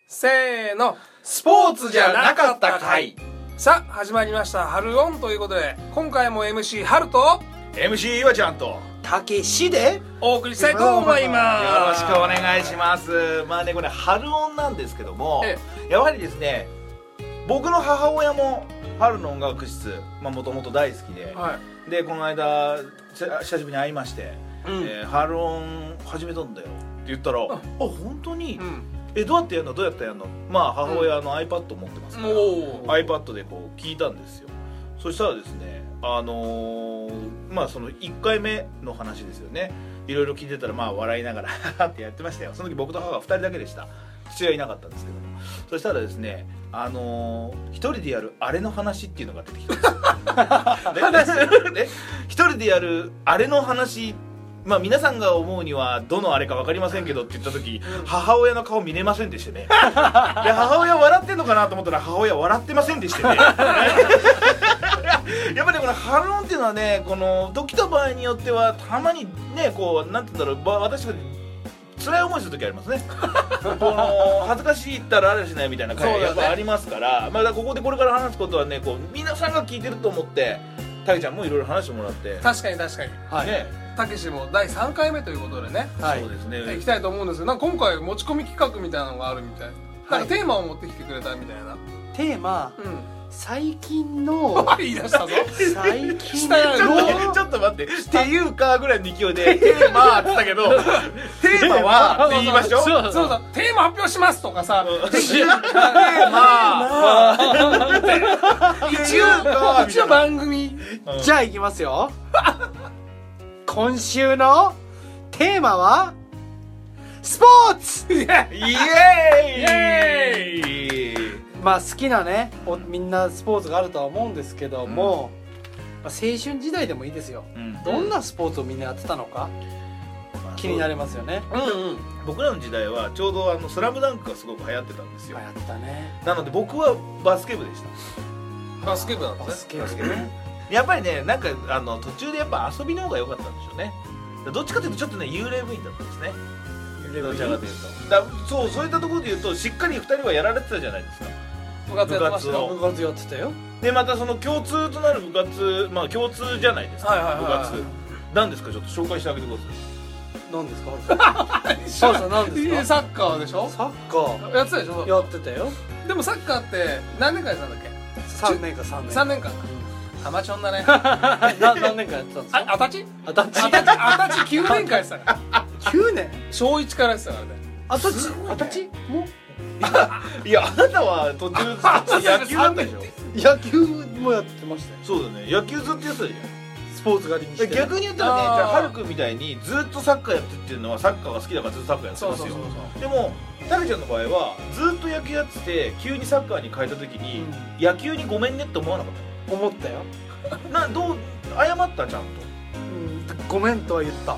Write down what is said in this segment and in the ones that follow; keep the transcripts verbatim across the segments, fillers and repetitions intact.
せーの、 スポーツじゃなかった回。 さあ始まりました春オンということで、今回も エムシー 春とエムシー 岩ちゃんとたけしでお送りしたいと思います。 よろしくお願いします。まあね、これ春音なんですけども、 えやはりですね、僕の母親も春の音楽室もともと大好きで、 はでこの間久しぶりに会いまして、 い、うんえー春音始めたんだよって言ったら、あ本当に、 うんえどうやってやるのどうやってやるの。まあ母親の iPad 持ってますから、 おー iPad でこう聞いたんですよ。そしたらですね、あのー、まあそのいっかいめの話ですよね。いろいろ聞いてたらまあ笑いながらハハってやってましたよ。その時僕と母がふたりだけでした。父はいなかったんですけども、そしたらですね、あのー、一人でやるあれの話っていうのが出てきたんですよでで一人でやるあれの話、まあ皆さんが思うにはどのあれか分かりませんけどって言った時、母親の顔見れませんでしてねで母親笑ってんのかなと思ったら母親笑ってませんでしてねやっぱりこの春音っていうのはね、この時と場合によってはたまにね、こうなんて言うんだろう、ば私が辛い思いする時ありますねこの恥ずかしいったらあれしないみたいな回がやっぱありますから、まあ、だからここでこれから話すことはね、こう皆さんが聞いてると思ってたけちゃんもいろいろ話してもらって、 確かに確かに、 はい、 ね、 たけしもだいさんかいめということでね、 はい、 そうですね、 行きたいと思うんですけど、なんか今回持ち込み企画みたいなのがあるみたい、なんかテーマを持ってきてくれたみたいな。 テーマ、 うん最近の言い出したぞ最近下やちょっとのちょっと待って、っていうかぐらいの勢いでテーマって言ったけどテーマはって言いましょう。 そうそうそう、テーマ発表しますとかさ、 テーマ一応一応番組、 じゃあいきますよ今週のテーマはスポーツイエーイイエまあ好きなね、おみんなスポーツがあるとは思うんですけども、まあ、青春時代でもいいですよ、 うん、 どんなスポーツをみんなやってたのか気になりますよね。 うんうん、 僕らの時代はちょうどあのスラムダンクがすごく流行ってたんですよ。 流行ったね。 なので僕はバスケ部でした。 バスケ部なんバですね。 スケ部ね。 やっぱりね、なんかあの途中でやっぱ遊びの方が良かったんでしょうね。どっちかというとちょっとね幽霊部員だったんですね。どちらかというとだそうそういったところで言うとしっかりふたりはやられてたじゃないですか、 部活やってましたよ。 部活やってたよ。 でまたその共通となる部活、まあ共通じゃないですか、 はいはいはいはい、 部活なんですか、ちょっと紹介してあげてください。 何ですかそうそう、何ですか。 サッカーでしょ。 サッカやってたでしょ。 ーやってたよ。 でもサッカーって何年間やってたんだっけ。 さんねんかさんねんさんねんかん。アマチュアだね。 な何年間やってたんですか。 あ、あたちあたちあたちあたちきゅうねんかんやってたからきゅうねんしょういちからやってたからね。 あたちあたちもいや、あなたは途中野球だったでしょ。 野球もやってましたよ。 そうだね、野球ずっとやってたじゃん。 スポーツ狩りにして逆に言ったらね、じあーゃあハルくんみたいにずっとサッカーやってっていうのはサッカーが好きだからずっとサッカーやってそうますよ。 そうそうそう。 でもタケちゃんの場合はずっと野球やってて急にサッカーに変えた時に、 うん野球にごめんねって思わなかっ思ったよ。 たな。どう謝ったちゃんと。 うんごめんとは言った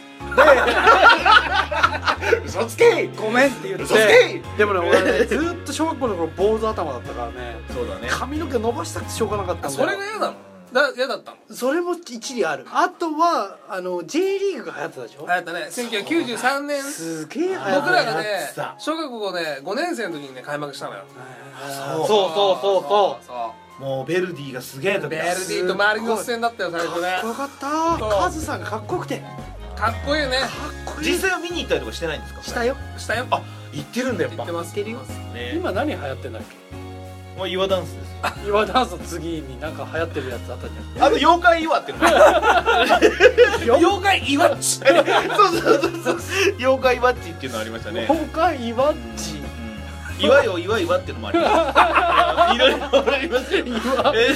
嘘つけごめんって言っ嘘つて。 けでもね俺ねずっと小学校の頃坊主頭だったからね、 そうだね。 髪の毛伸ばしたくてしょうがなかったんだよ。 それが嫌なの。だ嫌だったの。 それも一理ある。あとはあの J リーグが流行ってたでしょ。 流行ったね。せんきゅうひゃくきゅうじゅうさんねん。 すげえ流行ってた。 僕らがねやってた小学校ねごねんせいの時にね開幕したのよ。 そうそうそうそうそもうベルディがすげえう。 時ベルディとマリノス戦だったよ最初ね。 かっこよかったそうカズさんがかっこよくてかっこいいね。 かっこいい実際は見に行ったりとかしてないんですか。 したよ。 したよ。 あ、行ってるんだやっぱ。 言ってます。 言ってるよね。 今何流行ってんだっまあ岩ダンスですよ。 け。岩ダンスの次になんか流行ってるやつあったじゃん。 あと妖怪岩っていうのもある妖怪イワッチ。 そうそうそうそう、妖怪岩っちっていうのありましたね。 今回岩っちうん、岩よ岩岩っていうのもあります。いろいろありますよ。 岩え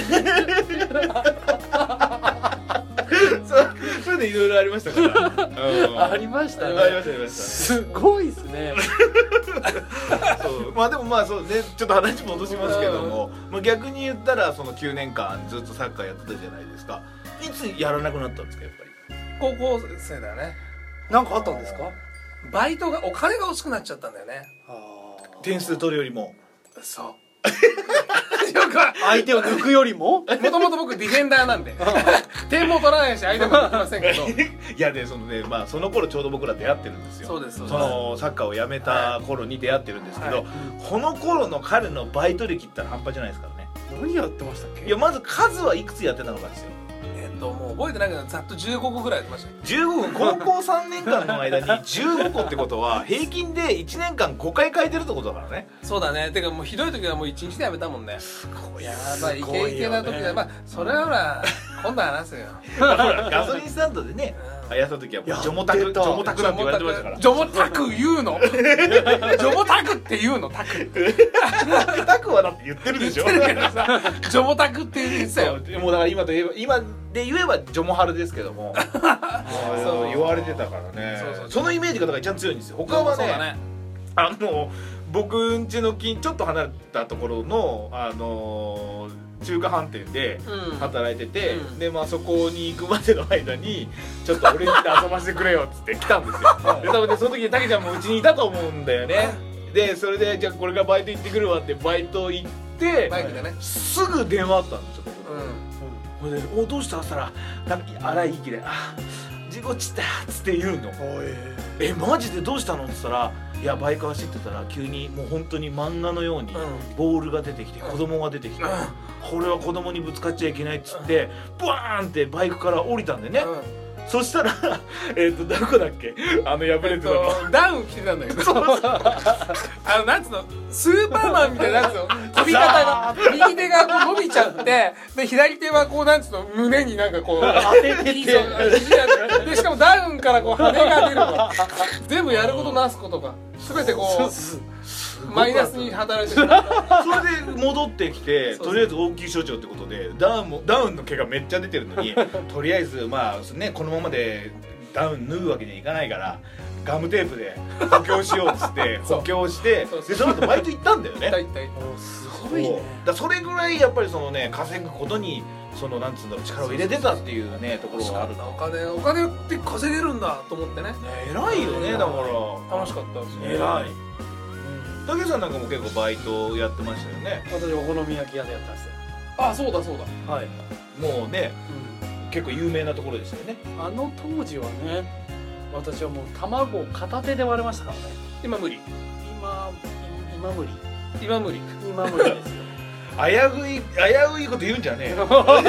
そうそういうのいろいろありましたから。うん、 ありましたね。 ありましたありました。 すごいですね。 そうまあでもまあそうね、ちょっと話戻しますけども、まあ、逆に言ったらそのきゅうねんかんずっとサッカーやってたじゃないですか。いつやらなくなったんですかやっぱり。 高校生だよね。 なんかあったんですか。 バイトがお金が欲しくなっちゃったんだよね。 あー点数取るよりも。 そう。 よくは相手を抜くよりももともと僕ディフェンダーなんで点も取らないし相手もできませんけどいやでそのねまあその頃ちょうど僕ら出会ってるんですよ。 そうですそうですそのサッカーをやめた頃に出会ってるんですけど、 はいこの頃の彼のバイト歴ったら半端じゃないですからね。 何やってましたっけ？ いやまず数はいくつやってたのかですよ。 えっともう覚えてないけどざっとじゅうごこぐらいやってましたよじゅうごこ高校さんねんかんの間にじゅうごこってことは平均でいちねんかんごかい変えてるってことだからね。 そうだね。てかもうひどい時はもういちにちでやめたもんね。 すごいやばいイケイケな時だ。まあそれはほら今度話すよ。 ほらガソリンスタンドでねやった時はもうジョモタクジやってたョモタクなんて言われてましたから。 ジョモタク言うのジョモタクって言うのタクタクはだって言ってるでしょ。 言ってるけどさジョモタクって言ってたよ。 もうだから今と言えば今で言えばジョモハルですけどもそう言われてたからね。 そうそうそうそのイメージがだから一番強いんですよ。他はねそうだね。 あの僕ん家の近ちょっと離れたところのあの中華飯店でうん働いてて、 うんでまあそこに行くまでの間にちょっと俺ん家で遊ばせてくれよっつって来たんですよ。で多分ねその時にたけちゃんもうちにいたと思うんだよね。でそれでじゃあこれからバイト行ってくるわってバイト行ってバイクでね。 すぐ電話あったんですよ。 うん。 ほいで「おどうした?」っつったら「なんか荒い息であ事故っちった」っつって言うの。 おいえマジでどうしたのっつったら「いやバイク走ってたら急にもう本当に漫画のようにうんボールが出てきて子供が出てきて、 うんこれは子供にぶつかっちゃいけない」っつってバーンってバイクから降りたんでね、 うんそしたらえっとどこだっけあの破れてたの、 とダウン着てたんだけどあのなんつうのスーパーマンみたいなやつの飛び方が右手がこう伸びちゃってで左手はこうなんつうの胸になんかこう当ててて肘を肘やってでしかもダウンからこう羽が出るの全部やることなすことが全てこうマイナスに働いてしまったそれで戻ってきてそうそうとりあえず応急処置ってことでダウンもダウンの毛がめっちゃ出てるのにとりあえずまあねこのままでダウン脱ぐわけにはいかないからガムテープで補強しようっつってそう補強してそうそうでその後バイト行ったんだよね。 大体すそうごいね。 だからそれぐらいやっぱりそのね稼ぐことにそのなんつうんだろう力を入れてたっていうねところがあるお金お金って稼げるんだと思ってね偉いよねだから楽しかったですね偉い竹内さんなんかも結構バイトやってましたよね。 私お好み焼き屋でやってましあそうだそうだたよ。はい。 もうね結構有名なところでしたよね。 あの当時はね、私はもう卵を片手で割れましたからね。 今無理今今無理今無理今無理ですよ。 危うい危ういこと言うんじゃねえよ。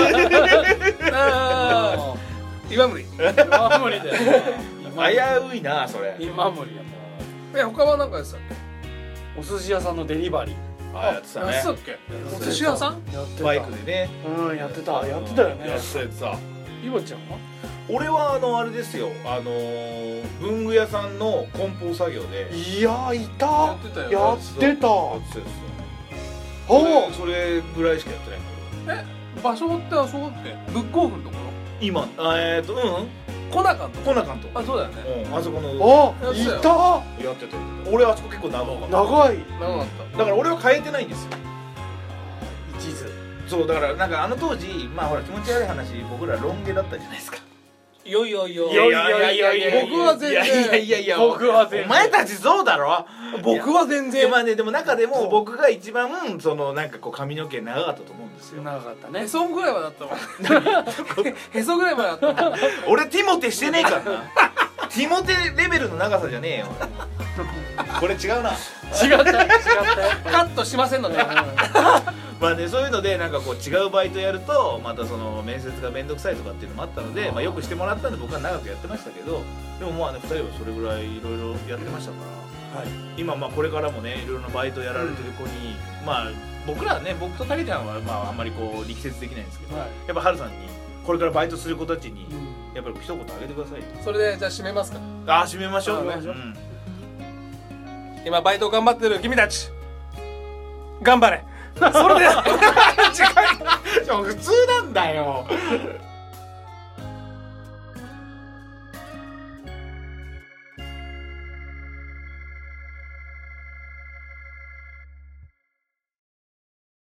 ああ今無理今無理だよね。今危ういなそれ。 今無理やもえ他は何かやってたっけう。お寿司屋さんのデリバリー。 あやってたねやってた。っけお寿司屋さんやってた。 バイクでね。 うんやってたやってたよねや。ってたやってた。 イボちゃんは？ 俺はあのあれですよあのー文具屋さんの梱包作業でいやいた。 やってたよやってた。 やってたやつおお。 それぐらいしかやってない。 場所ってあそこってブックオフのところ今あえっとうんコナカンとコナカンとあそうだよねうんあそこのあやってたよいた。 やってたやってた。俺あそこ結構長かった。 長い。 長かっただから俺は変えてないんですよ。 一途。 そうだからなんかあの当時まあほら気持ち悪い話僕らロン毛だったじゃないですか。 いやいやいやいやいやいやいや僕は全然いやいやいやいや僕は全然お前たちそうだろ。 僕は全いや然まあねでも中でも僕が一番そのなんかこう髪の毛長かったと思うんですよ。 長かったねへ。そぐらいまでだったもんへそぐらいまでだったもん俺ティモテしてねえからな。ティモテレベルの長さじゃねえよ。これ違うな。 違った違ったよ。 カットしませんのでまあねそういうのでなんかこう違うバイトやるとまたその面接が面倒くさいとかっていうのもあったのでまあよくしてもらったんで僕は長くやってましたけどでもまあねふたりはそれぐらいいろいろやってましたからはい。 今まあこれからもねいろいろなバイトやられてる子にまあ僕らはね僕とたけちゃんはまああんまりこう力説できないんですけどやはい。 っぱハルさんにこれからバイトする子たちにうんやっぱり一言あげてくださいよ。 それでじゃあ締めますかああ締めましょう。 そうねうん今バイト頑張ってる君たち頑張れそれで次回普通なんだよ。